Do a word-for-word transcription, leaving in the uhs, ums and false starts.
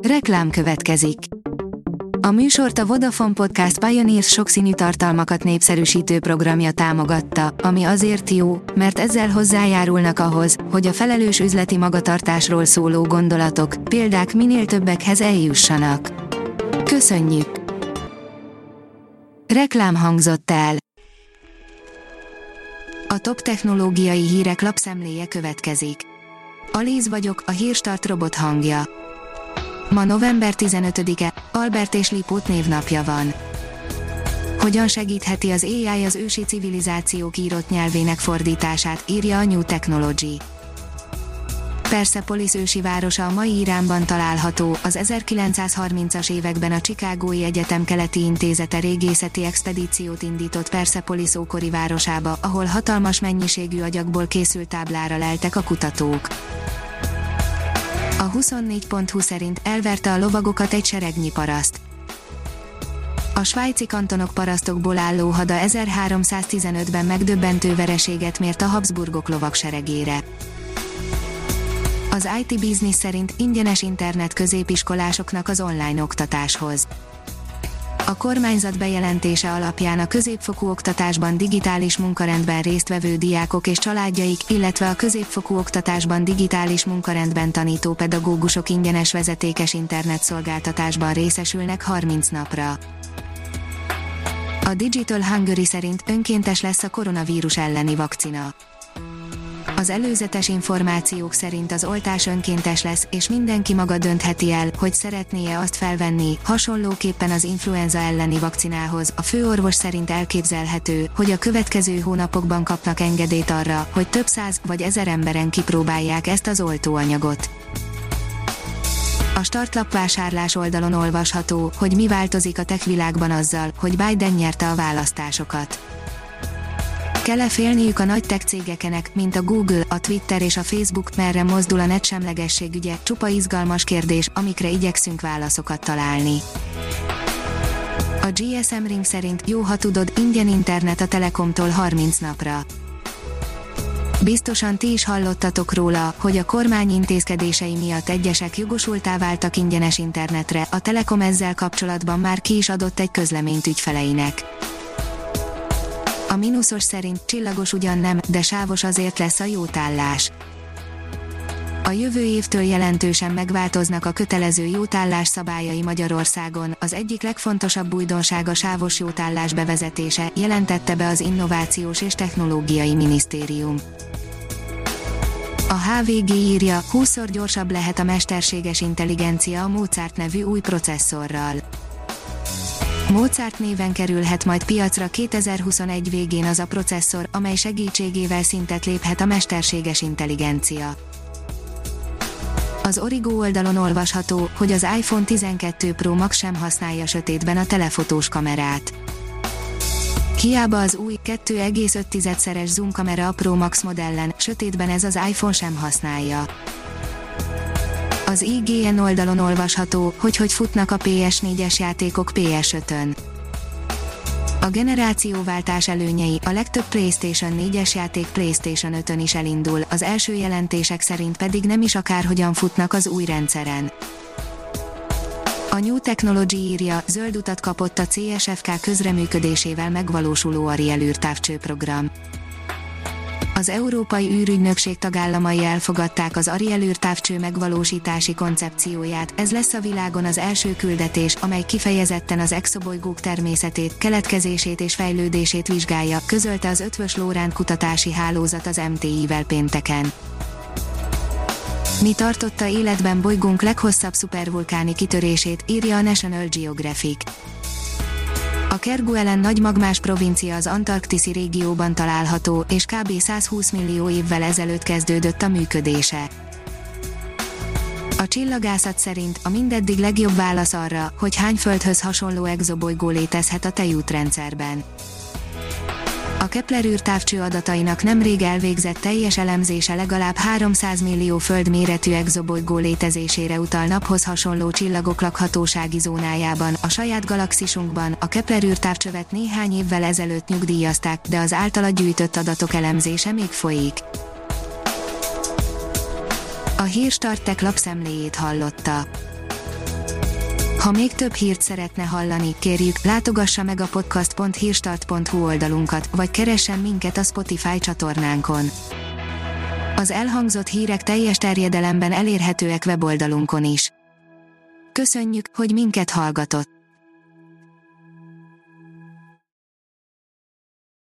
Reklám következik. A műsort a Vodafone Podcast Pioneers sokszínű tartalmakat népszerűsítő programja támogatta, ami azért jó, mert ezzel hozzájárulnak ahhoz, hogy a felelős üzleti magatartásról szóló gondolatok, példák minél többekhez eljussanak. Köszönjük! Reklám hangzott el. A top technológiai hírek lapszemléje következik. Alíz vagyok, a Hírstart robot hangja. Ma november tizenötödike, Albert és Lipót névnapja van. Hogyan segítheti az á i az ősi civilizációk írott nyelvének fordítását, írja a New Technology. Persepolis ősi városa a mai Iránban található, az ezerkilencszázharmincas években a Chicagói Egyetem keleti intézete régészeti expedíciót indított Persepolis ókori városába, ahol hatalmas mennyiségű agyagból készült táblára leltek a kutatók. A huszonnégy pont hu szerint elverte a lovagokat egy seregnyi paraszt. A svájci kantonok parasztokból álló hada ezerháromszáztizenötben megdöbbentő vereséget mért a Habsburgok lovagseregére. Az i té Business szerint ingyenes internet középiskolásoknak az online oktatáshoz. A kormányzat bejelentése alapján a középfokú oktatásban digitális munkarendben résztvevő diákok és családjaik, illetve a középfokú oktatásban digitális munkarendben tanító pedagógusok ingyenes vezetékes internetszolgáltatásban részesülnek harminc napra. A Digital Hungary szerint önkéntes lesz a koronavírus elleni vakcina. Az előzetes információk szerint az oltás önkéntes lesz, és mindenki maga döntheti el, hogy szeretné-e azt felvenni, hasonlóképpen az influenza elleni vakcinához. A főorvos szerint elképzelhető, hogy a következő hónapokban kapnak engedélyt arra, hogy több száz vagy ezer emberen kipróbálják ezt az oltóanyagot. A startlap vásárlás oldalon olvasható, hogy mi változik a tech világban azzal, hogy Biden nyerte a választásokat. Kell-e félniük a nagy tech cégeknek, mint a Google, a Twitter és a Facebook, merre mozdul a netsemlegesség ügye, csupa izgalmas kérdés, amikre igyekszünk válaszokat találni. A gé es em Ring szerint jó, ha tudod, ingyen internet a Telekomtól harminc napra. Biztosan ti is hallottatok róla, hogy a kormány intézkedései miatt egyesek jogosultá váltak ingyenes internetre, a Telekom ezzel kapcsolatban már ki is adott egy közleményt ügyfeleinek. A mínuszos szerint csillagos ugyan nem, de sávos azért lesz a jótállás. A jövő évtől jelentősen megváltoznak a kötelező jótállás szabályai Magyarországon, az egyik legfontosabb újdonság a sávos jótállás bevezetése, jelentette be az Innovációs és Technológiai Minisztérium. A há vé gé írja, húszszor gyorsabb lehet a mesterséges intelligencia a Mozart nevű új processzorral. Mozart néven kerülhet majd piacra kétezer-huszonegy végén az a processzor, amely segítségével szintet léphet a mesterséges intelligencia. Az Origo oldalon olvasható, hogy az iPhone tizenkettő Pro Max sem használja sötétben a telefotós kamerát. Hiába az új kettő egész öt szeres zoom kamera a Pro Max modellen, sötétben ez az iPhone sem használja. Az i gé en oldalon olvasható, hogy hogy futnak a pé es négyes játékok pé es ötön. A generációváltás előnyei, a legtöbb PlayStation négyes játék PlayStation ötön is elindul, az első jelentések szerint pedig nem is akárhogyan futnak az új rendszeren. A New Technology írja, zöld utat kapott a cé es ef ká közreműködésével megvalósuló Ariel űrtávcsőprogram. Az Európai űrügynökség tagállamai elfogadták az Ariel űrtávcső megvalósítási koncepcióját, ez lesz a világon az első küldetés, amely kifejezetten az exobolygók természetét, keletkezését és fejlődését vizsgálja, közölte az Eötvös Loránd kutatási hálózat az em té i-vel pénteken. Mi tartotta életben bolygónk leghosszabb szupervulkáni kitörését, írja a National Geographic. A Kerguelen nagy magmás provincia az antarktiszi régióban található, és kb. százhúsz millió évvel ezelőtt kezdődött a működése. A csillagászat szerint a mindeddig legjobb válasz arra, hogy hány Földhöz hasonló exobolygó létezhet a tejútrendszerben. A Kepler űrtávcső adatainak nemrég elvégzett teljes elemzése legalább háromszáz millió Föld méretű exobolygó létezésére utal naphoz hasonló csillagok lakhatósági zónájában, a saját galaxisunkban. A Kepler űrtávcsövet néhány évvel ezelőtt nyugdíjazták, de az általa gyűjtött adatok elemzése még folyik. A Hírstart Tech lapszemléjét hallotta. Ha még több hírt szeretne hallani, kérjük, látogassa meg a podcast pont hírstart pont hu oldalunkat, vagy keressen minket a Spotify csatornánkon. Az elhangzott hírek teljes terjedelemben elérhetőek weboldalunkon is. Köszönjük, hogy minket hallgatott!